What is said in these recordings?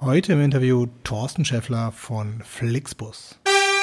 Heute im Interview Thorsten Scheffler von Flixbus.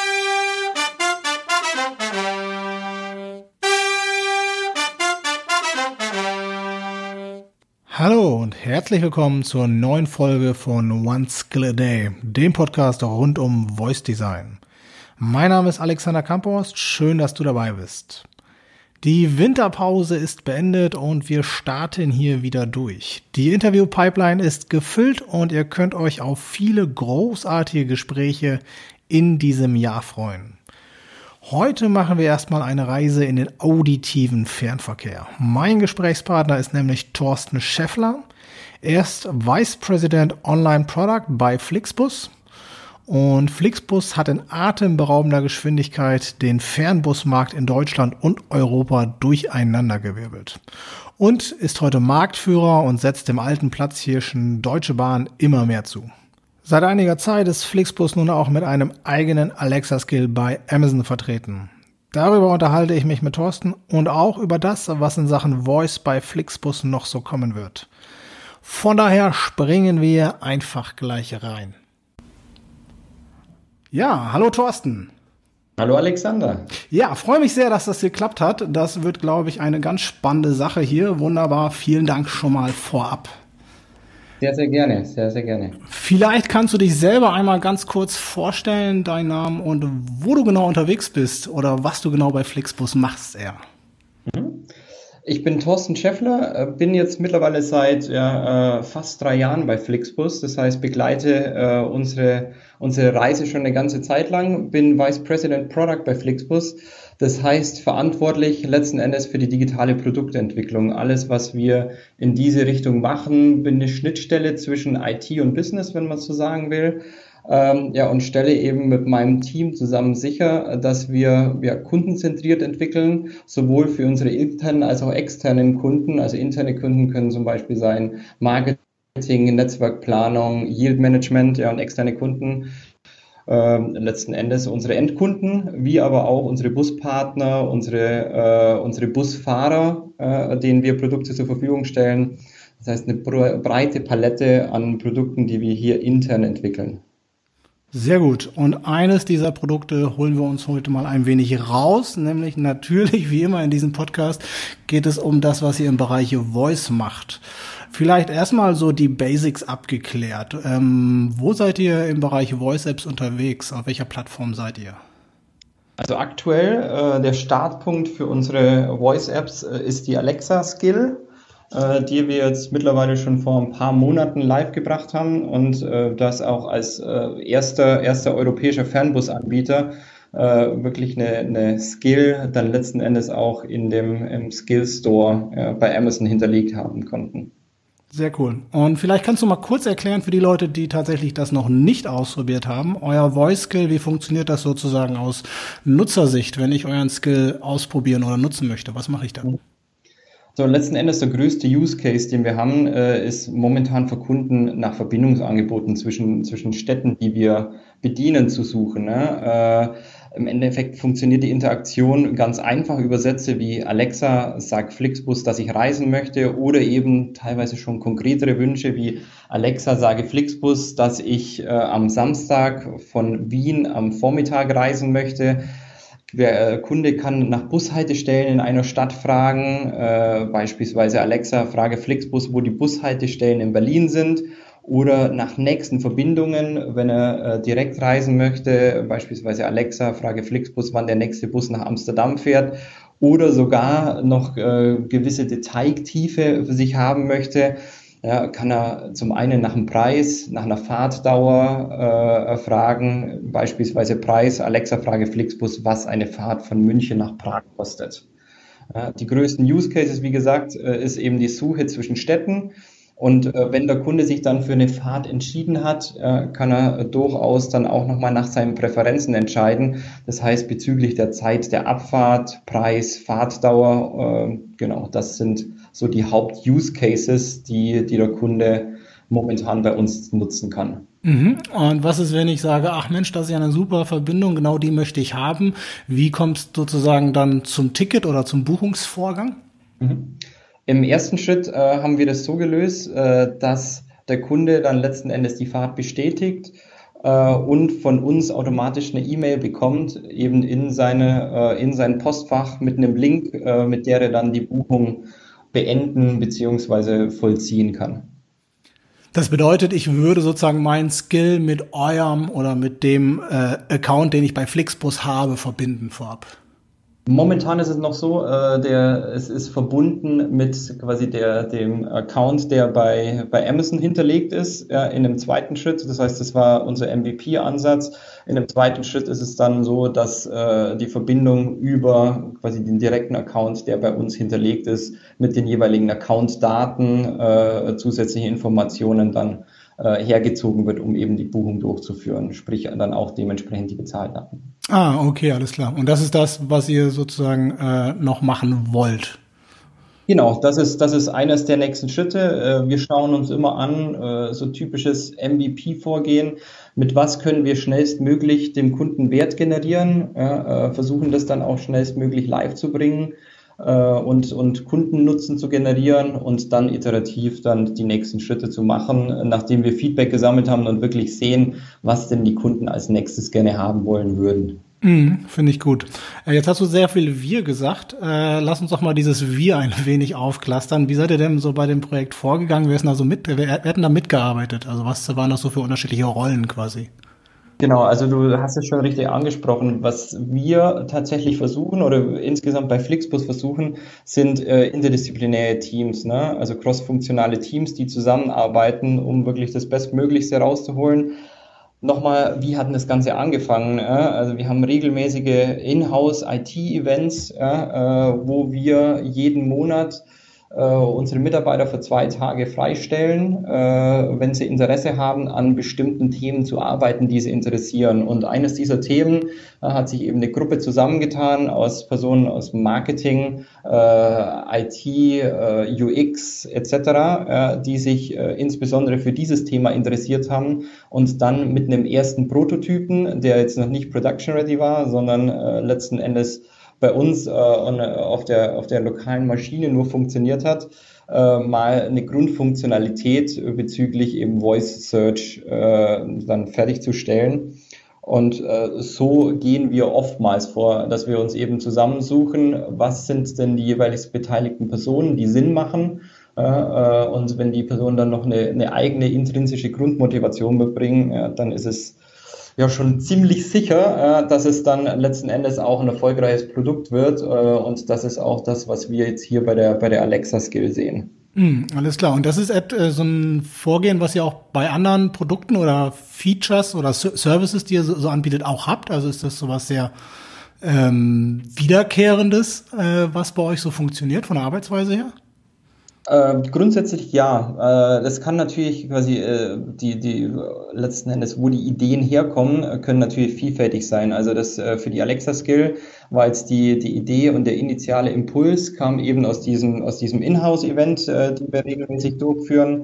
Hallo und herzlich willkommen zur neuen Folge von One Skill a Day, dem Podcast rund um Voice Design. Mein Name ist Alexander Kamphorst, schön, dass du dabei bist. Die Winterpause ist beendet und wir starten hier wieder durch. Die Interview-Pipeline ist gefüllt und ihr könnt euch auf viele großartige Gespräche in diesem Jahr freuen. Heute machen wir erstmal eine Reise in den auditiven Fernverkehr. Mein Gesprächspartner ist nämlich Thorsten Scheffler. Er ist Vice President Online Product bei Flixbus. Und Flixbus hat in atemberaubender Geschwindigkeit den Fernbusmarkt in Deutschland und Europa durcheinandergewirbelt. Und ist heute Marktführer und setzt dem alten Platzhirschen Deutsche Bahn immer mehr zu. Seit einiger Zeit ist Flixbus nun auch mit einem eigenen Alexa-Skill bei Amazon vertreten. Darüber unterhalte ich mich mit Thorsten und auch über das, was in Sachen Voice bei Flixbus noch so kommen wird. Von daher springen wir einfach gleich rein. Ja, hallo Thorsten. Hallo Alexander. Ja, freue mich sehr, dass das geklappt hat. Das wird, glaube ich, eine ganz spannende Sache hier. Wunderbar, vielen Dank schon mal vorab. Sehr, sehr gerne, sehr, sehr gerne. Vielleicht kannst du dich selber einmal ganz kurz vorstellen, deinen Namen und wo du genau unterwegs bist oder was du genau bei Flixbus machst eher. Ich bin Thorsten Scheffler, bin jetzt mittlerweile seit fast 3 Jahren bei Flixbus. Das heißt, begleite unsere Reise schon eine ganze Zeit lang. Bin Vice President Product bei Flixbus. Das heißt, verantwortlich letzten Endes für die digitale Produktentwicklung. Alles, was wir in diese Richtung machen, bin eine Schnittstelle zwischen IT und Business, wenn man so sagen will. Und stelle eben mit meinem Team zusammen sicher, dass wir kundenzentriert entwickeln, sowohl für unsere internen als auch externen Kunden. Also interne Kunden können zum Beispiel sein Marketing, Netzwerkplanung, Yield Management, und externe Kunden. Letzten Endes unsere Endkunden, wie aber auch unsere Buspartner, unsere Busfahrer, denen wir Produkte zur Verfügung stellen. Das heißt, eine breite Palette an Produkten, die wir hier intern entwickeln. Sehr gut. Und eines dieser Produkte holen wir uns heute mal ein wenig raus, nämlich natürlich, wie immer in diesem Podcast, geht es um das, was ihr im Bereich Voice macht. Vielleicht erstmal so die Basics abgeklärt. Wo seid ihr im Bereich Voice Apps unterwegs? Auf welcher Plattform seid ihr? Also aktuell der Startpunkt für unsere Voice Apps ist die Alexa Skill, die wir jetzt mittlerweile schon vor ein paar Monaten live gebracht haben und das auch als erster europäischer Fernbusanbieter wirklich eine Skill dann letzten Endes auch im Skill Store bei Amazon hinterlegt haben konnten. Sehr cool. Und vielleicht kannst du mal kurz erklären für die Leute, die tatsächlich das noch nicht ausprobiert haben, euer Voice Skill, wie funktioniert das sozusagen aus Nutzersicht, wenn ich euren Skill ausprobieren oder nutzen möchte? Was mache ich da? So, letzten Endes der größte Use Case, den wir haben, ist momentan für Kunden nach Verbindungsangeboten zwischen Städten, die wir bedienen, zu suchen. Ne? Im Endeffekt funktioniert die Interaktion ganz einfach über Sätze wie Alexa, sag Flixbus, dass ich reisen möchte, oder eben teilweise schon konkretere Wünsche wie Alexa, sage Flixbus, dass ich am Samstag von Wien am Vormittag reisen möchte. Der Kunde kann nach Bushaltestellen in einer Stadt fragen, beispielsweise Alexa, frage Flixbus, wo die Bushaltestellen in Berlin sind, oder nach nächsten Verbindungen, wenn er direkt reisen möchte, beispielsweise Alexa, frage Flixbus, wann der nächste Bus nach Amsterdam fährt, oder sogar noch gewisse Detailtiefe für sich haben möchte. Ja, kann er zum einen nach dem Preis, nach einer Fahrtdauer fragen, beispielsweise Preis, Alexa, frage Flixbus, was eine Fahrt von München nach Prag kostet. Die größten Use Cases, wie gesagt, ist eben die Suche zwischen Städten. Und wenn der Kunde sich dann für eine Fahrt entschieden hat, kann er durchaus dann auch nochmal nach seinen Präferenzen entscheiden. Das heißt, bezüglich der Zeit der Abfahrt, Preis, Fahrtdauer, das sind so die Haupt-Use-Cases, die der Kunde momentan bei uns nutzen kann. Und was ist, wenn ich sage, ach Mensch, das ist ja eine super Verbindung, genau die möchte ich haben. Wie kommst du sozusagen dann zum Ticket oder zum Buchungsvorgang? Im ersten Schritt haben wir das so gelöst, dass der Kunde dann letzten Endes die Fahrt bestätigt und von uns automatisch eine E-Mail bekommt, eben in sein Postfach mit einem Link, mit der er dann die Buchung beenden bzw. vollziehen kann. Das bedeutet, ich würde sozusagen meinen Skill mit eurem oder mit dem Account, den ich bei Flixbus habe, verbinden vorab. Momentan ist es noch so, es ist verbunden mit quasi dem Account, der bei Amazon hinterlegt ist, in einem zweiten Schritt. Das heißt, das war unser MVP-Ansatz. In einem zweiten Schritt ist es dann so, dass die Verbindung über quasi den direkten Account, der bei uns hinterlegt ist, mit den jeweiligen Account-Daten, zusätzliche Informationen dann hergezogen wird, um eben die Buchung durchzuführen, sprich dann auch dementsprechend die Bezahldaten. Ah, okay, alles klar. Und das ist das, was ihr sozusagen noch machen wollt? Genau, das ist eines der nächsten Schritte. Wir schauen uns immer an, so typisches MVP-Vorgehen. Mit was können wir schnellstmöglich dem Kunden Wert generieren? Versuchen das dann auch schnellstmöglich live zu bringen. Und Kundennutzen zu generieren und dann iterativ dann die nächsten Schritte zu machen, nachdem wir Feedback gesammelt haben und wirklich sehen, was denn die Kunden als nächstes gerne haben wollen würden. Finde ich gut. Jetzt hast du sehr viel Wir gesagt. Lass uns doch mal dieses Wir ein wenig aufklustern. Wie seid ihr denn so bei dem Projekt vorgegangen? Wer hat denn da mitgearbeitet? Also was waren das so für unterschiedliche Rollen quasi? Genau, also du hast es schon richtig angesprochen. Was wir tatsächlich versuchen oder insgesamt bei Flixbus versuchen, sind interdisziplinäre Teams, ne? Also crossfunktionale Teams, die zusammenarbeiten, um wirklich das Bestmöglichste rauszuholen. Nochmal, wie hat denn das Ganze angefangen? Also wir haben regelmäßige Inhouse-IT-Events, wo wir jeden Monat unsere Mitarbeiter für 2 Tage freistellen, wenn sie Interesse haben, an bestimmten Themen zu arbeiten, die sie interessieren. Und eines dieser Themen hat sich eben eine Gruppe zusammengetan aus Personen aus Marketing, IT, UX etc., die sich insbesondere für dieses Thema interessiert haben und dann mit einem ersten Prototypen, der jetzt noch nicht production ready war, sondern letzten Endes bei uns auf der lokalen Maschine nur funktioniert hat, mal eine Grundfunktionalität bezüglich eben Voice Search dann fertigzustellen. Und so gehen wir oftmals vor, dass wir uns eben zusammensuchen, was sind denn die jeweilig beteiligten Personen, die Sinn machen. Und wenn die Personen dann noch eine eigene intrinsische Grundmotivation mitbringen, dann ist es ja schon ziemlich sicher, dass es dann letzten Endes auch ein erfolgreiches Produkt wird. Und das ist auch das, was wir jetzt hier bei der Alexa Skill sehen. Alles klar. Und das ist so ein Vorgehen, was ihr auch bei anderen Produkten oder Features oder Services, die ihr so anbietet, auch habt? Also ist das sowas sehr Wiederkehrendes, was bei euch so funktioniert von der Arbeitsweise her? Grundsätzlich ja. Das kann natürlich quasi die letzten Endes, wo die Ideen herkommen, können natürlich vielfältig sein. Also das für die Alexa Skill war jetzt die Idee und der initiale Impuls kam eben aus diesem Inhouse-Event, die wir regelmäßig durchführen.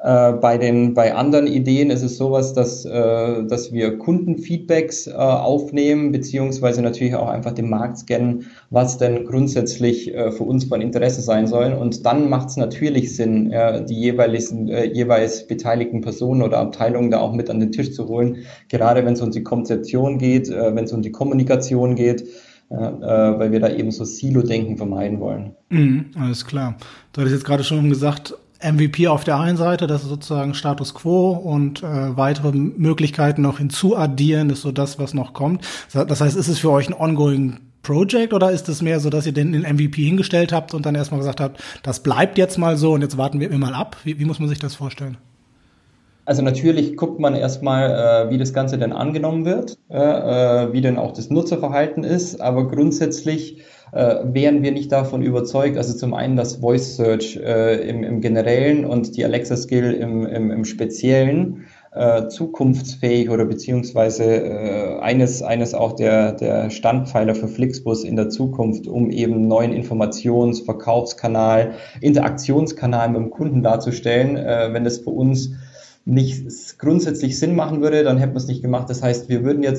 Bei anderen Ideen ist es sowas, dass wir Kundenfeedbacks aufnehmen, beziehungsweise natürlich auch einfach den Markt scannen, was denn grundsätzlich für uns von Interesse sein soll. Und dann macht es natürlich Sinn, die jeweils beteiligten Personen oder Abteilungen da auch mit an den Tisch zu holen, gerade wenn es um die Konzeption geht, wenn es um die Kommunikation geht. Weil wir da eben so Silo-Denken vermeiden wollen. Alles klar. Du hattest jetzt gerade schon gesagt, MVP auf der einen Seite, das ist sozusagen Status Quo und weitere Möglichkeiten noch hinzuaddieren, ist so das, was noch kommt. Das heißt, ist es für euch ein ongoing Project oder ist es mehr so, dass ihr den MVP hingestellt habt und dann erstmal gesagt habt, das bleibt jetzt mal so und jetzt warten wir mal ab? Wie muss man sich das vorstellen? Also natürlich guckt man erstmal, wie das Ganze denn angenommen wird, wie denn auch das Nutzerverhalten ist, aber grundsätzlich wären wir nicht davon überzeugt, also zum einen das Voice Search im Generellen und die Alexa Skill im Speziellen zukunftsfähig oder beziehungsweise eines auch der Standpfeiler für Flixbus in der Zukunft, um eben neuen Informations-, Verkaufskanal, Interaktionskanal mit dem Kunden darzustellen, wenn das für uns nicht grundsätzlich Sinn machen würde, dann hätten wir es nicht gemacht. Das heißt, wir würden jetzt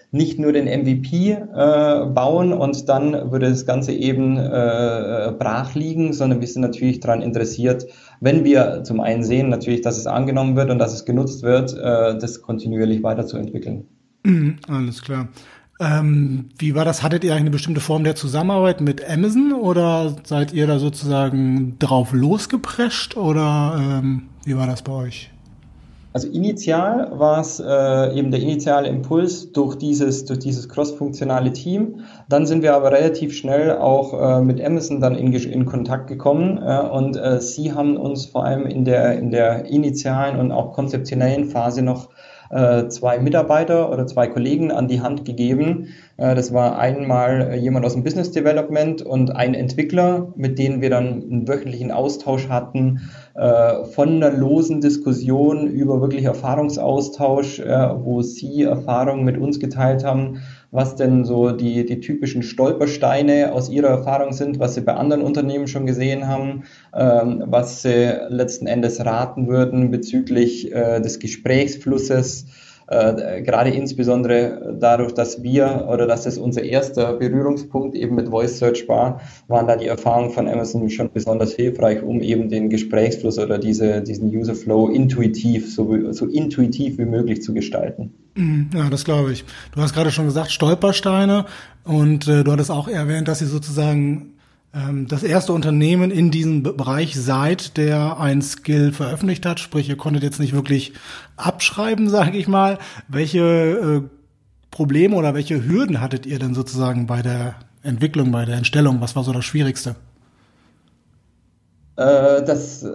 nicht nur den MVP bauen und dann würde das Ganze eben brach liegen, sondern wir sind natürlich daran interessiert, wenn wir zum einen sehen natürlich, dass es angenommen wird und dass es genutzt wird, das kontinuierlich weiterzuentwickeln. Alles klar. Wie war das? Hattet ihr eigentlich eine bestimmte Form der Zusammenarbeit mit Amazon oder seid ihr da sozusagen drauf losgeprescht oder wie war das bei euch? Also initial war es eben der initiale Impuls durch dieses cross-funktionale Team. Dann sind wir aber relativ schnell auch mit Amazon dann in Kontakt gekommen und sie haben uns vor allem in der initialen und auch konzeptionellen Phase noch zwei Mitarbeiter oder zwei Kollegen an die Hand gegeben. Das war einmal jemand aus dem Business Development und ein Entwickler, mit denen wir dann einen wöchentlichen Austausch hatten, von einer losen Diskussion über wirklich Erfahrungsaustausch, wo sie Erfahrungen mit uns geteilt haben, was denn so die typischen Stolpersteine aus ihrer Erfahrung sind, was sie bei anderen Unternehmen schon gesehen haben, was sie letzten Endes raten würden bezüglich des Gesprächsflusses, gerade insbesondere dadurch, dass es unser erster Berührungspunkt eben mit Voice Search war, waren da die Erfahrungen von Amazon schon besonders hilfreich, um eben den Gesprächsfluss oder diesen User Flow so intuitiv wie möglich zu gestalten. Ja, das glaube ich. Du hast gerade schon gesagt, Stolpersteine und du hattest auch erwähnt, dass ihr sozusagen das erste Unternehmen in diesem Bereich seid, der ein Skill veröffentlicht hat. Sprich, ihr konntet jetzt nicht wirklich abschreiben, sage ich mal. Welche Probleme oder welche Hürden hattet ihr denn sozusagen bei der Entwicklung, bei der Entstellung? Was war so das Schwierigste? Das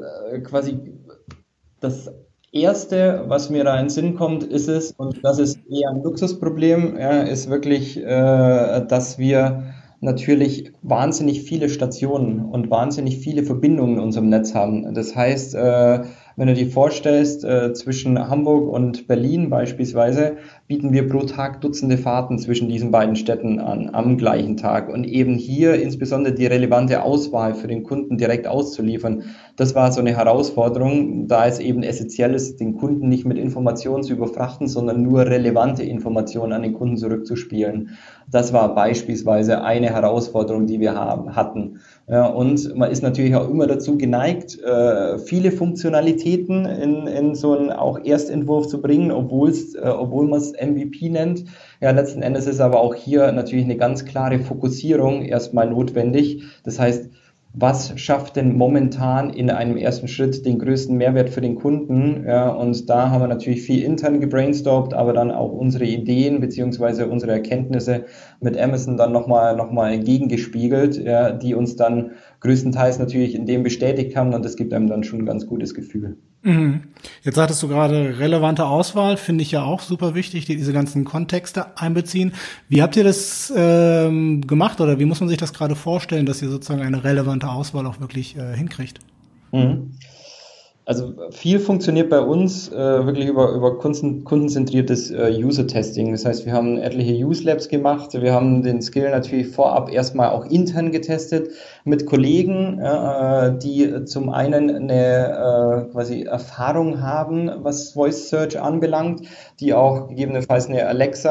Erste, was mir da in den Sinn kommt, ist es, und das ist eher ein Luxusproblem, ja, ist wirklich, dass wir natürlich wahnsinnig viele Stationen und wahnsinnig viele Verbindungen in unserem Netz haben. Das heißt, wenn du dir vorstellst, zwischen Hamburg und Berlin beispielsweise, bieten wir pro Tag Dutzende Fahrten zwischen diesen beiden Städten an, am gleichen Tag. Und eben hier insbesondere die relevante Auswahl für den Kunden direkt auszuliefern, das war so eine Herausforderung, da es eben essentiell ist, den Kunden nicht mit Informationen zu überfrachten, sondern nur relevante Informationen an den Kunden zurückzuspielen. Das war beispielsweise eine Herausforderung, die wir hatten. Ja, und man ist natürlich auch immer dazu geneigt, viele Funktionalitäten in so einen auch Erstentwurf zu bringen, obwohl man es MVP nennt. Ja, letzten Endes ist aber auch hier natürlich eine ganz klare Fokussierung erstmal notwendig. Das heißt, was schafft denn momentan in einem ersten Schritt den größten Mehrwert für den Kunden? Ja, und da haben wir natürlich viel intern gebrainstormt, aber dann auch unsere Ideen beziehungsweise unsere Erkenntnisse mit Amazon dann nochmal entgegengespiegelt, ja, die uns dann größtenteils natürlich in dem bestätigt haben und das gibt einem dann schon ein ganz gutes Gefühl. Mhm. Jetzt sagtest du gerade, relevante Auswahl, finde ich ja auch super wichtig, die diese ganzen Kontexte einbeziehen. Wie habt ihr das gemacht oder wie muss man sich das gerade vorstellen, dass ihr sozusagen eine relevante Auswahl auch wirklich hinkriegt? Mhm. Also viel funktioniert bei uns wirklich über kundenzentriertes User-Testing. Das heißt, wir haben etliche Use-Labs gemacht. Wir haben den Skill natürlich vorab erstmal auch intern getestet mit Kollegen, die zum einen eine quasi Erfahrung haben, was Voice Search anbelangt, die auch gegebenenfalls eine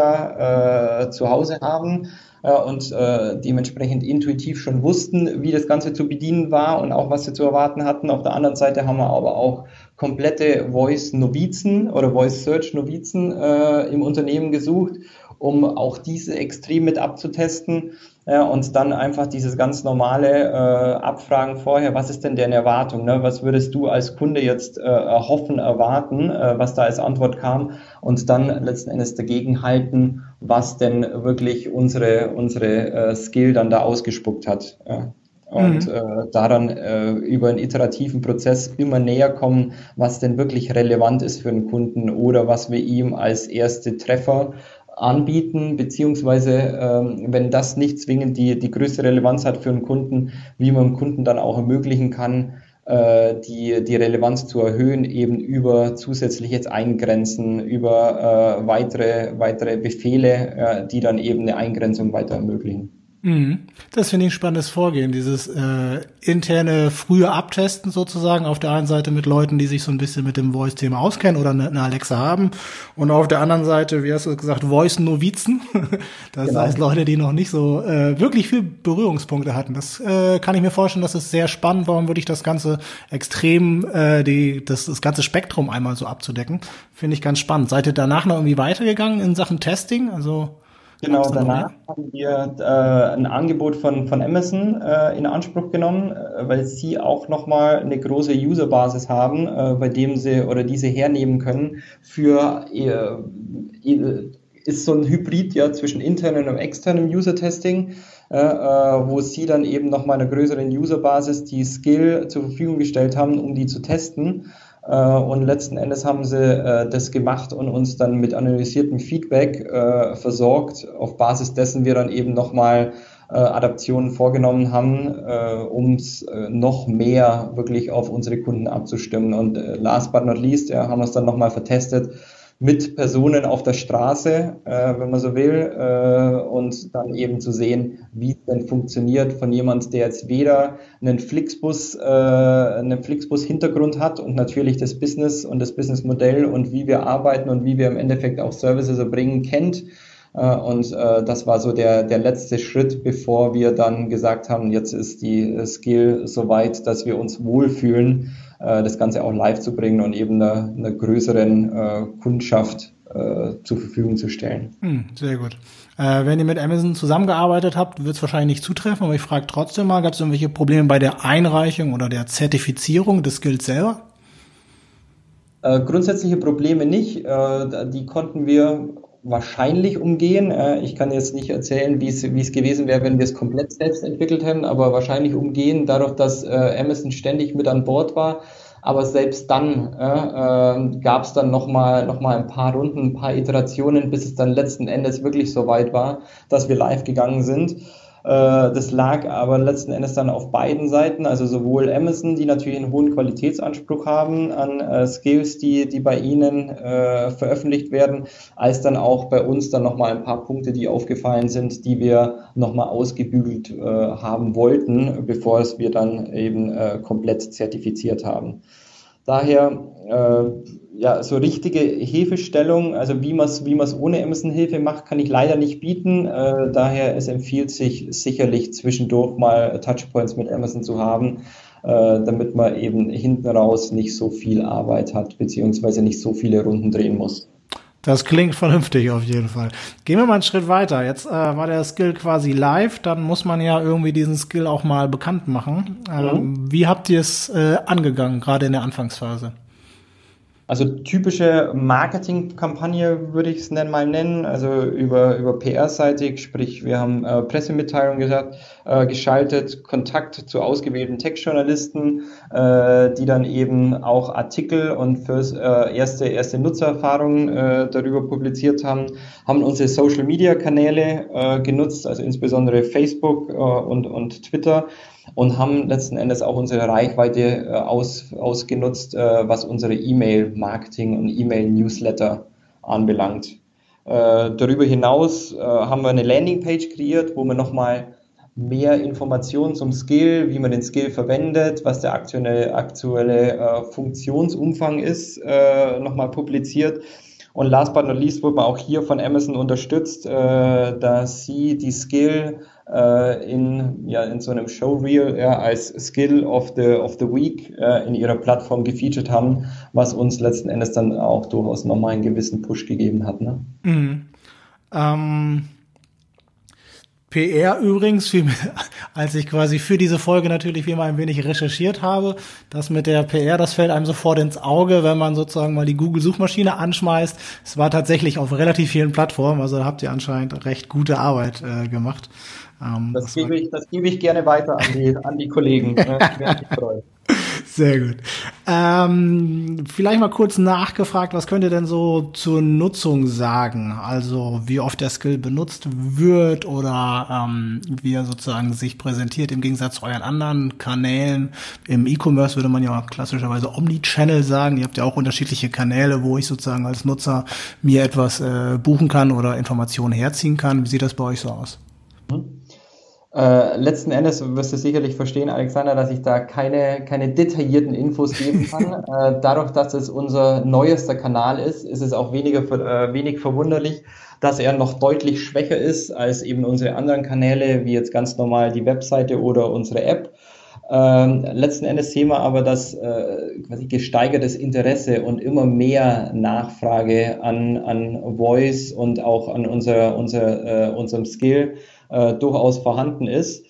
Alexa zu Hause haben. Und dementsprechend intuitiv schon wussten, wie das Ganze zu bedienen war und auch was sie zu erwarten hatten. Auf der anderen Seite haben wir aber auch komplette Voice-Novizen oder Voice-Search-Novizen im Unternehmen gesucht, um auch diese extrem mit abzutesten. Und dann einfach dieses ganz normale Abfragen vorher, was ist denn deren Erwartung? Ne? Was würdest du als Kunde jetzt erwarten, was da als Antwort kam? Und dann letzten Endes dagegenhalten, was denn wirklich unsere Skill dann da ausgespuckt hat. Ja. Und daran über einen iterativen Prozess immer näher kommen, was denn wirklich relevant ist für den Kunden oder was wir ihm als erste Treffer anbieten, beziehungsweise wenn das nicht zwingend die größte Relevanz hat für einen Kunden, wie man dem Kunden dann auch ermöglichen kann, die Relevanz zu erhöhen, eben über zusätzliches Eingrenzen, über weitere Befehle, die dann eben eine Eingrenzung weiter ermöglichen. Das finde ich ein spannendes Vorgehen, dieses interne frühe Abtesten sozusagen, auf der einen Seite mit Leuten, die sich so ein bisschen mit dem Voice-Thema auskennen oder eine Alexa haben, und auf der anderen Seite, wie hast du gesagt, Voice-Novizen, das heißt Leute, die noch nicht so wirklich viel Berührungspunkte hatten. Das kann ich mir vorstellen, dass es sehr spannend war, um wirklich das ganze Extrem, das ganze Spektrum einmal so abzudecken. Finde ich ganz spannend. Seid ihr danach noch irgendwie weitergegangen in Sachen Testing? Also Genau, danach haben wir ein Angebot von Amazon in Anspruch genommen, weil sie auch nochmal eine große Userbasis haben, bei dem die sie hernehmen können für ist so ein Hybrid ja zwischen internem und externem User-Testing, wo sie dann eben nochmal einer größeren Userbasis die Skill zur Verfügung gestellt haben, um die zu testen. Und letzten Endes haben sie das gemacht und uns dann mit analysiertem Feedback versorgt, auf Basis dessen wir dann eben nochmal Adaptionen vorgenommen haben, um es noch mehr wirklich auf unsere Kunden abzustimmen. Und last but not least haben wir es dann nochmal vertestet mit Personen auf der Straße, wenn man so will, und dann eben zu sehen, wie es denn funktioniert von jemand, der jetzt weder einen Flixbus-Hintergrund hat und natürlich das Business und das Businessmodell und wie wir arbeiten und wie wir im Endeffekt auch Services erbringen kennt. Und das war so der letzte Schritt, bevor wir dann gesagt haben, jetzt ist die Skill so weit, dass wir uns wohlfühlen, das Ganze auch live zu bringen und eben einer größeren Kundschaft zur Verfügung zu stellen. Sehr gut. Wenn ihr mit Amazon zusammengearbeitet habt, wird es wahrscheinlich nicht zutreffen, aber ich frage trotzdem mal, gab es irgendwelche Probleme bei der Einreichung oder der Zertifizierung des Skills selber? Grundsätzliche Probleme nicht. Die konnten wir wahrscheinlich umgehen. Ich kann jetzt nicht erzählen, wie es gewesen wäre, wenn wir es komplett selbst entwickelt hätten, aber wahrscheinlich umgehen, dadurch, dass Amazon ständig mit an Bord war. Aber selbst dann gab es dann noch mal ein paar Runden, ein paar Iterationen, bis es dann letzten Endes wirklich so weit war, dass wir live gegangen sind. Das lag aber letzten Endes dann auf beiden Seiten, also sowohl Amazon, die natürlich einen hohen Qualitätsanspruch haben an Skills, die bei ihnen veröffentlicht werden, als dann auch bei uns dann nochmal ein paar Punkte, die aufgefallen sind, die wir nochmal ausgebügelt haben wollten, bevor es wir dann eben komplett zertifiziert haben. Daher so richtige Hilfestellung, also wie man es ohne Amazon-Hilfe macht, kann ich leider nicht bieten. Daher es empfiehlt sich sicherlich zwischendurch mal Touchpoints mit Amazon zu haben, damit man eben hinten raus nicht so viel Arbeit hat, beziehungsweise nicht so viele Runden drehen muss. Das klingt vernünftig auf jeden Fall. Gehen wir mal einen Schritt weiter. Jetzt war der Skill quasi live, dann muss man ja irgendwie diesen Skill auch mal bekannt machen. Wie habt ihr es angegangen, gerade in der Anfangsphase? Also typische Marketingkampagne würde ich es mal nennen, also über PR-seitig, sprich wir haben Pressemitteilungen geschaltet, Kontakt zu ausgewählten Textjournalisten, die dann eben auch Artikel und erste Nutzererfahrungen darüber publiziert haben unsere Social-Media-Kanäle genutzt, also insbesondere Facebook und Twitter, und haben letzten Endes auch unsere Reichweite ausgenutzt, was unsere E-Mail-Marketing und E-Mail-Newsletter anbelangt. Darüber hinaus haben wir eine Landingpage kreiert, wo wir nochmal mehr Informationen zum Skill, wie man den Skill verwendet, was der aktuelle Funktionsumfang ist, nochmal publiziert. Und last but not least wurde man auch hier von Amazon unterstützt, dass sie die Skill in so einem Showreel als Skill of the Week in ihrer Plattform gefeatured haben, was uns letzten Endes dann auch durchaus nochmal einen gewissen Push gegeben hat. Ne? PR übrigens, als ich quasi für diese Folge natürlich wie immer ein wenig recherchiert habe, das mit der PR, das fällt einem sofort ins Auge, wenn man sozusagen mal die Google-Suchmaschine anschmeißt. Es war tatsächlich auf relativ vielen Plattformen, also da habt ihr anscheinend recht gute Arbeit gemacht. Das gebe ich gerne weiter an die Kollegen. Ich werde mich freuen. Sehr gut. Vielleicht mal kurz nachgefragt, was könnt ihr denn so zur Nutzung sagen? Also wie oft der Skill benutzt wird oder wie er sozusagen sich präsentiert im Gegensatz zu euren anderen Kanälen. Im E-Commerce würde man ja klassischerweise Omnichannel sagen. Ihr habt ja auch unterschiedliche Kanäle, wo ich sozusagen als Nutzer mir etwas buchen kann oder Informationen herziehen kann. Wie sieht das bei euch so aus? Letzten Endes wirst du sicherlich verstehen, Alexander, dass ich da keine detaillierten Infos geben kann. Dadurch, dass es unser neuester Kanal ist es auch wenig verwunderlich, dass er noch deutlich schwächer ist als eben unsere anderen Kanäle, wie jetzt ganz normal die Webseite oder unsere App. Letzten Endes sehen wir aber, dass quasi gesteigertes Interesse und immer mehr Nachfrage an Voice und auch an unserem Skill durchaus vorhanden ist.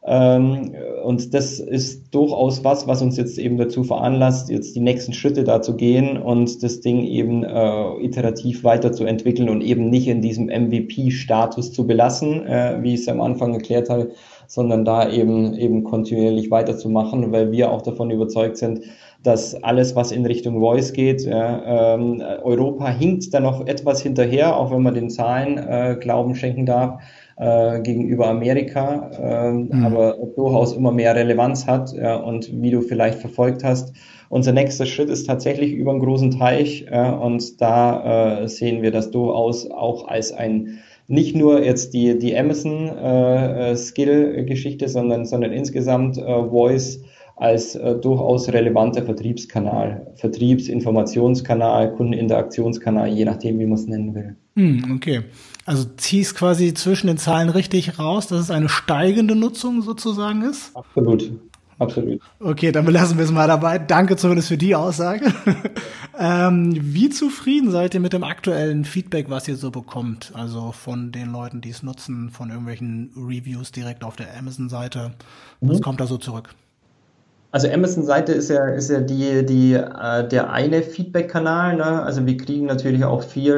Und das ist durchaus was uns jetzt eben dazu veranlasst, jetzt die nächsten Schritte da zu gehen und das Ding eben iterativ weiterzuentwickeln und eben nicht in diesem MVP-Status zu belassen, wie ich es am Anfang erklärt habe, sondern da eben kontinuierlich weiterzumachen, weil wir auch davon überzeugt sind, dass alles, was in Richtung Voice geht, Europa hinkt da noch etwas hinterher, auch wenn man den Zahlen Glauben schenken darf, gegenüber Amerika, aber durchaus immer mehr Relevanz hat. Und wie du vielleicht verfolgt hast, unser nächster Schritt ist tatsächlich über einen großen Teich, und da sehen wir das durchaus auch als ein nicht nur jetzt die Amazon Skill-Geschichte, sondern insgesamt Voice als durchaus relevanter Vertriebskanal, Vertriebsinformationskanal, Kundeninteraktionskanal, je nachdem, wie man es nennen will. Okay, also ziehst quasi zwischen den Zahlen richtig raus, dass es eine steigende Nutzung sozusagen ist? Absolut. Okay, dann belassen wir es mal dabei. Danke zumindest für die Aussage. Wie zufrieden seid ihr mit dem aktuellen Feedback, was ihr so bekommt? Also von den Leuten, die es nutzen, von irgendwelchen Reviews direkt auf der Amazon-Seite. Was kommt da so zurück? Also Amazon-Seite ist ja der eine Feedback-Kanal, ne? Also wir kriegen natürlich auch viel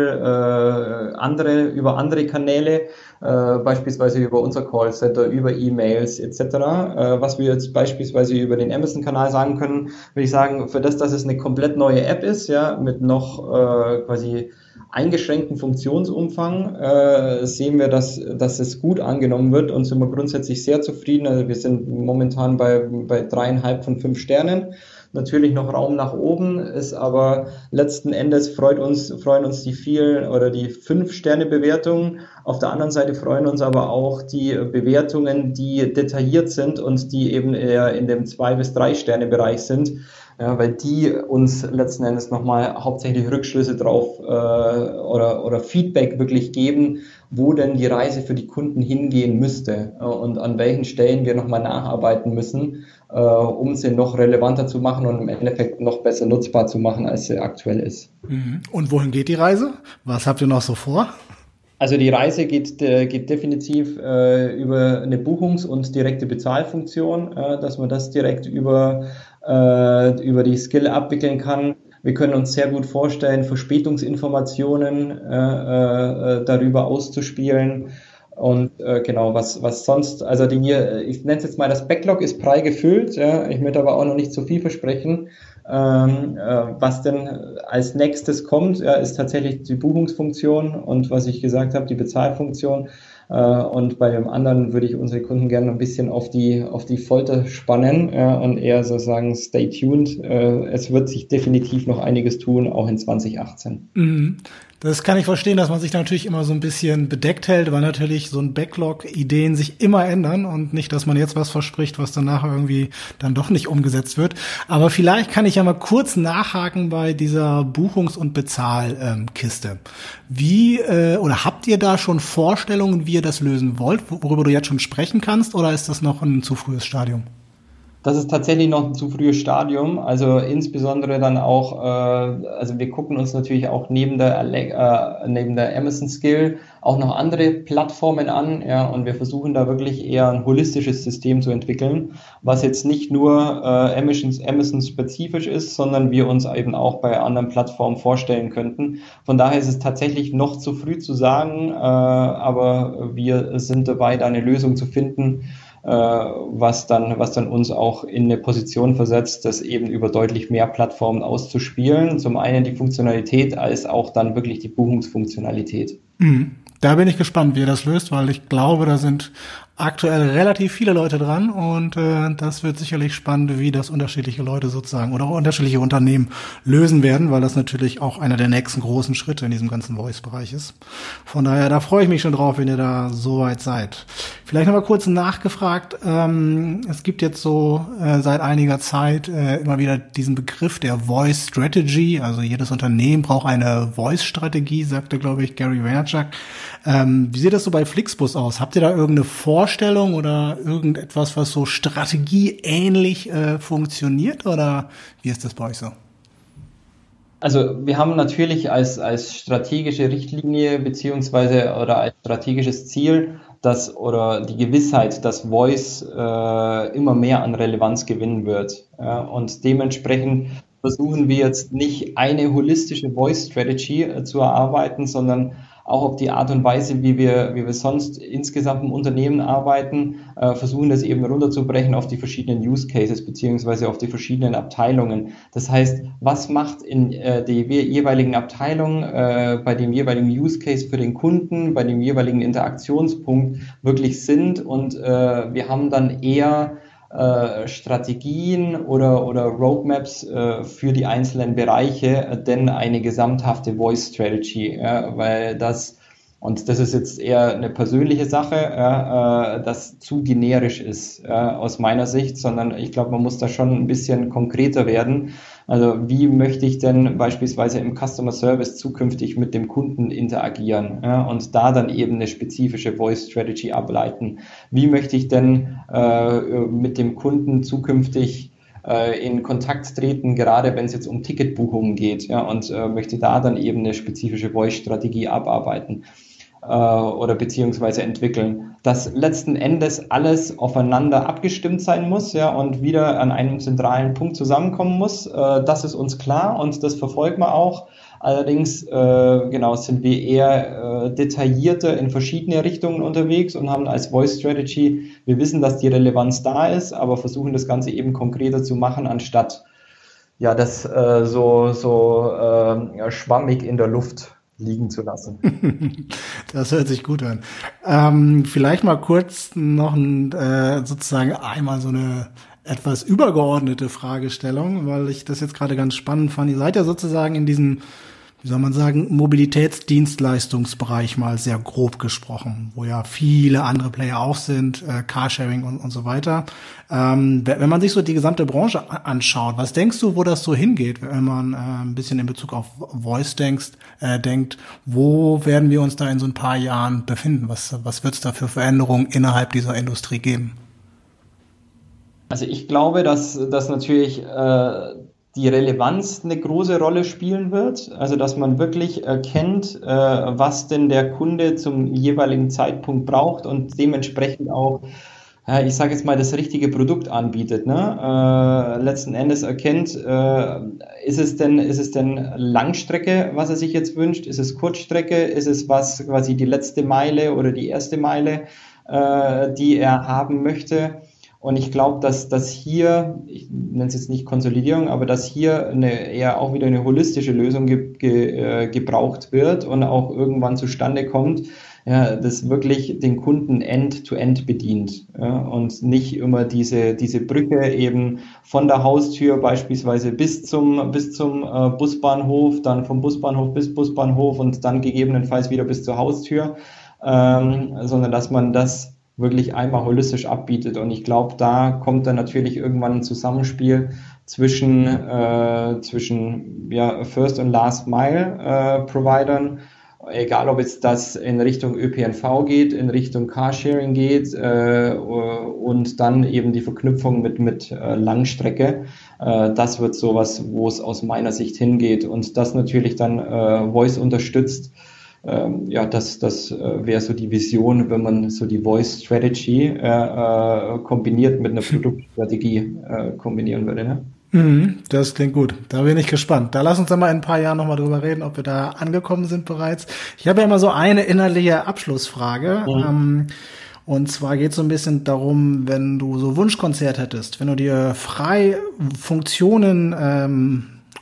über andere Kanäle, beispielsweise über unser Callcenter, über E-Mails etc. Was wir jetzt beispielsweise über den Amazon-Kanal sagen können, würde ich sagen, für das, dass es eine komplett neue App ist, ja, mit noch quasi eingeschränkten Funktionsumfang, sehen wir, dass es gut angenommen wird und sind wir grundsätzlich sehr zufrieden. Also wir sind momentan bei 3,5 von 5 Sternen. Natürlich noch Raum nach oben, ist aber letzten Endes freuen uns die 4 oder die 5-Sterne-Bewertungen. Auf der anderen Seite freuen uns aber auch die Bewertungen, die detailliert sind und die eben eher in dem 2- bis 3-Sterne-Bereich sind. Ja, weil die uns letzten Endes nochmal hauptsächlich Rückschlüsse drauf oder Feedback wirklich geben, wo denn die Reise für die Kunden hingehen müsste und an welchen Stellen wir nochmal nacharbeiten müssen, um sie noch relevanter zu machen und im Endeffekt noch besser nutzbar zu machen, als sie aktuell ist. Und wohin geht die Reise? Was habt ihr noch so vor? Also die Reise geht definitiv über eine Buchungs- und direkte Bezahlfunktion, dass man das direkt über die Skill abwickeln kann. Wir können uns sehr gut vorstellen, Verspätungsinformationen darüber auszuspielen. Und genau, was sonst, also ich nenne es jetzt mal, das Backlog ist prall gefüllt, ja, ich möchte aber auch noch nicht zu viel versprechen. Was denn als nächstes kommt, ja, ist tatsächlich die Buchungsfunktion und was ich gesagt habe, die Bezahlfunktion. Und bei dem anderen würde ich unsere Kunden gerne ein bisschen auf die Folter spannen, und eher so sagen, stay tuned. Es wird sich definitiv noch einiges tun, auch in 2018. Das kann ich verstehen, dass man sich natürlich immer so ein bisschen bedeckt hält, weil natürlich so ein Backlog Ideen sich immer ändern und nicht, dass man jetzt was verspricht, was danach irgendwie dann doch nicht umgesetzt wird. Aber vielleicht kann ich ja mal kurz nachhaken bei dieser Buchungs- und Bezahlkiste. Oder habt ihr da schon Vorstellungen, wie ihr das lösen wollt, worüber du jetzt schon sprechen kannst, oder ist das noch ein zu frühes Stadium? Das ist tatsächlich noch ein zu frühes Stadium, also insbesondere dann auch, also wir gucken uns natürlich auch neben der Amazon Skill auch noch andere Plattformen an, ja, und wir versuchen da wirklich eher ein holistisches System zu entwickeln, was jetzt nicht nur Amazon spezifisch ist, sondern wir uns eben auch bei anderen Plattformen vorstellen könnten. Von daher ist es tatsächlich noch zu früh zu sagen, aber wir sind dabei, da eine Lösung zu finden, was dann uns auch in eine Position versetzt, das eben über deutlich mehr Plattformen auszuspielen. Zum einen die Funktionalität, als auch dann wirklich die Buchungsfunktionalität. Da bin ich gespannt, wie ihr das löst, weil ich glaube, da sind aktuell relativ viele Leute dran und das wird sicherlich spannend, wie das unterschiedliche Leute sozusagen oder auch unterschiedliche Unternehmen lösen werden, weil das natürlich auch einer der nächsten großen Schritte in diesem ganzen Voice-Bereich ist. Von daher, da freue ich mich schon drauf, wenn ihr da soweit seid. Vielleicht noch mal kurz nachgefragt, es gibt jetzt so seit einiger Zeit immer wieder diesen Begriff der Voice Strategy, also jedes Unternehmen braucht eine Voice-Strategie, sagte, glaube ich, Gary Vaynerchuk. Wie sieht das so bei Flixbus aus? Habt ihr da irgendeine Vorstellung oder irgendetwas, was so strategieähnlich funktioniert oder wie ist das bei euch so? Also wir haben natürlich als strategische Richtlinie beziehungsweise oder als strategisches Ziel, dass oder die Gewissheit, dass Voice immer mehr an Relevanz gewinnen wird. Und dementsprechend versuchen wir jetzt nicht eine holistische Voice Strategy zu erarbeiten, sondern auch auf die Art und Weise, wie wir sonst insgesamt im Unternehmen arbeiten, versuchen das eben runterzubrechen auf die verschiedenen Use Cases beziehungsweise auf die verschiedenen Abteilungen. Das heißt, was macht in die jeweiligen Abteilungen bei dem jeweiligen Use Case für den Kunden, bei dem jeweiligen Interaktionspunkt wirklich Sinn und wir haben dann eher Strategien oder Roadmaps für die einzelnen Bereiche, denn eine gesamthafte Voice Strategy, weil das ist jetzt eher eine persönliche Sache, das zu generisch ist aus meiner Sicht, sondern ich glaube, man muss da schon ein bisschen konkreter werden. Also wie möchte ich denn beispielsweise im Customer Service zukünftig mit dem Kunden interagieren und da dann eben eine spezifische Voice Strategy ableiten? Wie möchte ich denn mit dem Kunden zukünftig in Kontakt treten, gerade wenn es jetzt um Ticketbuchungen geht und möchte da dann eben eine spezifische Voice-Strategie abarbeiten oder beziehungsweise entwickeln, dass letzten Endes alles aufeinander abgestimmt sein muss und wieder an einem zentralen Punkt zusammenkommen muss. Das ist uns klar und das verfolgen wir auch. Allerdings sind wir eher detaillierter in verschiedene Richtungen unterwegs und haben als Voice Strategy, wir wissen, dass die Relevanz da ist, aber versuchen das Ganze eben konkreter zu machen, anstatt das schwammig in der Luft liegen zu lassen. Das hört sich gut an. Vielleicht mal kurz noch sozusagen einmal so eine etwas übergeordnete Fragestellung, weil ich das jetzt gerade ganz spannend fand. Ihr seid ja sozusagen in diesem, wie soll man sagen, Mobilitätsdienstleistungsbereich mal sehr grob gesprochen, wo ja viele andere Player auch sind, Carsharing und so weiter. Wenn man sich so die gesamte Branche anschaut, was denkst du, wo das so hingeht, wenn man ein bisschen in Bezug auf Voice denkt, wo werden wir uns da in so ein paar Jahren befinden? Was wird es da für Veränderungen innerhalb dieser Industrie geben? Also ich glaube, dass natürlich die Relevanz eine große Rolle spielen wird, also dass man wirklich erkennt, was denn der Kunde zum jeweiligen Zeitpunkt braucht und dementsprechend auch, ich sage jetzt mal, das richtige Produkt anbietet. Letzten Endes erkennt, ist es denn Langstrecke, was er sich jetzt wünscht? Ist es Kurzstrecke? Ist es was quasi die letzte Meile oder die erste Meile, die er haben möchte? Und ich glaube, dass hier, ich nenne es jetzt nicht Konsolidierung, aber dass hier eher auch wieder eine holistische Lösung gebraucht wird und auch irgendwann zustande kommt, das wirklich den Kunden end-to-end bedient und nicht immer diese Brücke eben von der Haustür beispielsweise bis zum Busbahnhof, dann vom Busbahnhof bis Busbahnhof und dann gegebenenfalls wieder bis zur Haustür, sondern dass man das wirklich einmal holistisch abbietet. Und ich glaube, da kommt dann natürlich irgendwann ein Zusammenspiel zwischen First- und Last-Mile-Providern, egal ob jetzt das in Richtung ÖPNV geht, in Richtung Carsharing geht und dann eben die Verknüpfung mit Langstrecke. Das wird sowas, wo es aus meiner Sicht hingeht und das natürlich dann Voice unterstützt. Das wäre so die Vision, wenn man so die Voice Strategy kombiniert mit einer Produktstrategie kombinieren würde. Ne? Das klingt gut. Da bin ich gespannt. Da lass uns dann mal in ein paar Jahren nochmal drüber reden, ob wir da angekommen sind bereits. Ich habe ja immer so eine innerliche Abschlussfrage. Und zwar geht es so ein bisschen darum, wenn du so Wunschkonzert hättest, wenn du dir frei Funktionen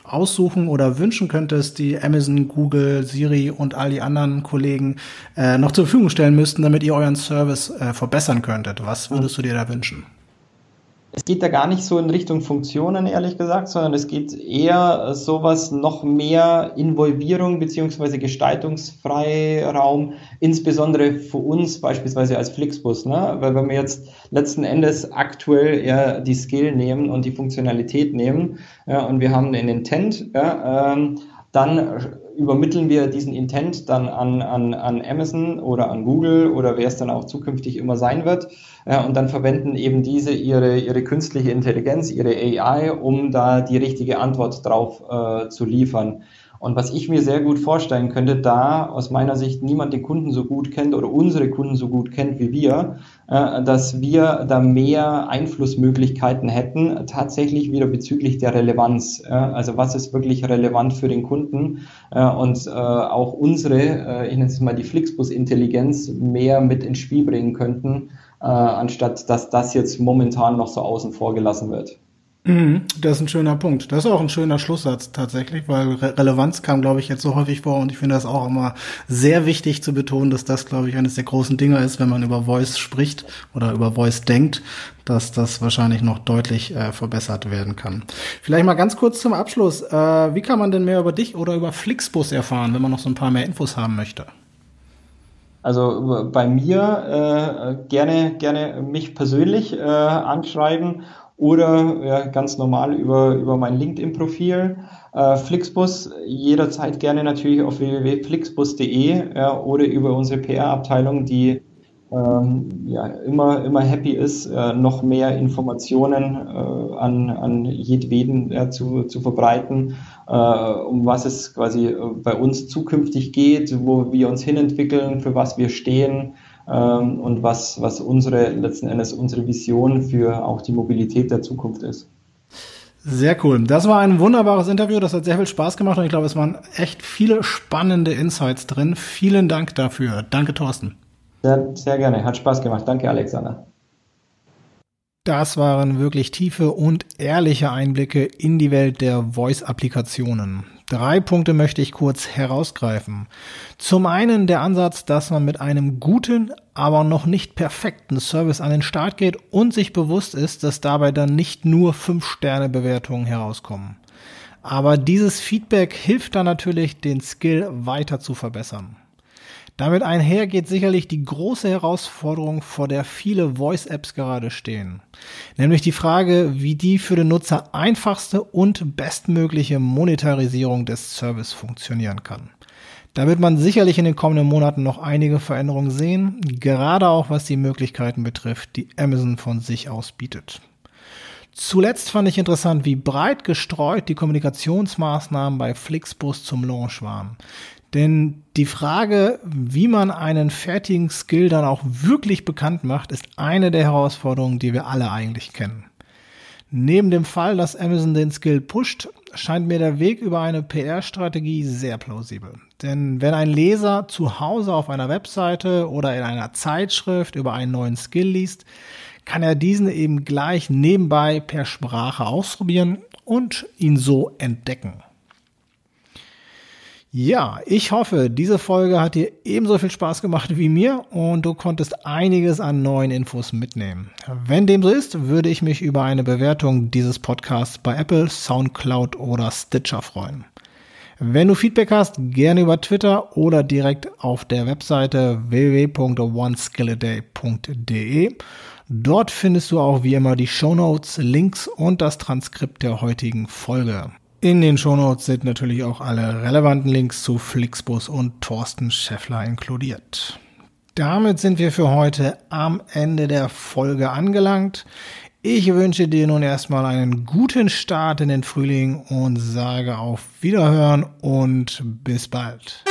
aussuchen oder wünschen könntest, die Amazon, Google, Siri und all die anderen Kollegen noch zur Verfügung stellen müssten, damit ihr euren Service verbessern könntet? Was würdest du dir da wünschen? Es geht da gar nicht so in Richtung Funktionen, ehrlich gesagt, sondern es geht eher sowas noch mehr Involvierung beziehungsweise Gestaltungsfreiraum, insbesondere für uns beispielsweise als Flixbus, ne? Weil wenn wir jetzt letzten Endes aktuell eher die Skill nehmen und die Funktionalität nehmen, ja, und wir haben einen Intent, ja, dann übermitteln wir diesen Intent dann an Amazon oder an Google oder wer es dann auch zukünftig immer sein wird. Und dann verwenden eben diese ihre künstliche Intelligenz, ihre AI, um da die richtige Antwort drauf zu liefern. Und was ich mir sehr gut vorstellen könnte, da aus meiner Sicht niemand den Kunden so gut kennt oder unsere Kunden so gut kennt wie wir, dass wir da mehr Einflussmöglichkeiten hätten, tatsächlich wieder bezüglich der Relevanz. Also was ist wirklich relevant für den Kunden und auch unsere, ich nenne es mal die Flixbus-Intelligenz, mehr mit ins Spiel bringen könnten, anstatt dass das jetzt momentan noch so außen vor gelassen wird. Das ist ein schöner Punkt. Das ist auch ein schöner Schlusssatz tatsächlich, weil Relevanz kam, glaube ich, jetzt so häufig vor und ich finde das auch immer sehr wichtig zu betonen, dass das, glaube ich, eines der großen Dinge ist, wenn man über Voice spricht oder über Voice denkt, dass das wahrscheinlich noch deutlich verbessert werden kann. Vielleicht mal ganz kurz zum Abschluss. Wie kann man denn mehr über dich oder über Flixbus erfahren, wenn man noch so ein paar mehr Infos haben möchte? Also bei mir gerne mich persönlich anschreiben oder ganz normal über mein LinkedIn-Profil. Flixbus jederzeit gerne natürlich auf www.flixbus.de oder über unsere PR-Abteilung, die immer happy ist, noch mehr Informationen an jedweden zu verbreiten, um was es quasi bei uns zukünftig geht, wo wir uns hinentwickeln, für was wir stehen und was letzten Endes unsere Vision für auch die Mobilität der Zukunft ist. Sehr cool. Das war ein wunderbares Interview. Das hat sehr viel Spaß gemacht und ich glaube, es waren echt viele spannende Insights drin. Vielen Dank dafür. Danke, Thorsten. Sehr, sehr gerne. Hat Spaß gemacht. Danke, Alexander. Das waren wirklich tiefe und ehrliche Einblicke in die Welt der Voice-Applikationen. 3 Punkte möchte ich kurz herausgreifen. Zum einen der Ansatz, dass man mit einem guten, aber noch nicht perfekten Service an den Start geht und sich bewusst ist, dass dabei dann nicht nur 5-Sterne-Bewertungen herauskommen. Aber dieses Feedback hilft dann natürlich, den Skill weiter zu verbessern. Damit einher geht sicherlich die große Herausforderung, vor der viele Voice-Apps gerade stehen. Nämlich die Frage, wie die für den Nutzer einfachste und bestmögliche Monetarisierung des Service funktionieren kann. Da wird man sicherlich in den kommenden Monaten noch einige Veränderungen sehen, gerade auch was die Möglichkeiten betrifft, die Amazon von sich aus bietet. Zuletzt fand ich interessant, wie breit gestreut die Kommunikationsmaßnahmen bei Flixbus zum Launch waren. Denn die Frage, wie man einen fertigen Skill dann auch wirklich bekannt macht, ist eine der Herausforderungen, die wir alle eigentlich kennen. Neben dem Fall, dass Amazon den Skill pusht, scheint mir der Weg über eine PR-Strategie sehr plausibel. Denn wenn ein Leser zu Hause auf einer Webseite oder in einer Zeitschrift über einen neuen Skill liest, kann er diesen eben gleich nebenbei per Sprache ausprobieren und ihn so entdecken. Ja, ich hoffe, diese Folge hat dir ebenso viel Spaß gemacht wie mir und du konntest einiges an neuen Infos mitnehmen. Wenn dem so ist, würde ich mich über eine Bewertung dieses Podcasts bei Apple, Soundcloud oder Stitcher freuen. Wenn du Feedback hast, gerne über Twitter oder direkt auf der Webseite www.oneskilladay.de. Dort findest du auch wie immer die Shownotes, Links und das Transkript der heutigen Folge. In den Shownotes sind natürlich auch alle relevanten Links zu Flixbus und Thorsten Scheffler inkludiert. Damit sind wir für heute am Ende der Folge angelangt. Ich wünsche dir nun erstmal einen guten Start in den Frühling und sage auf Wiederhören und bis bald.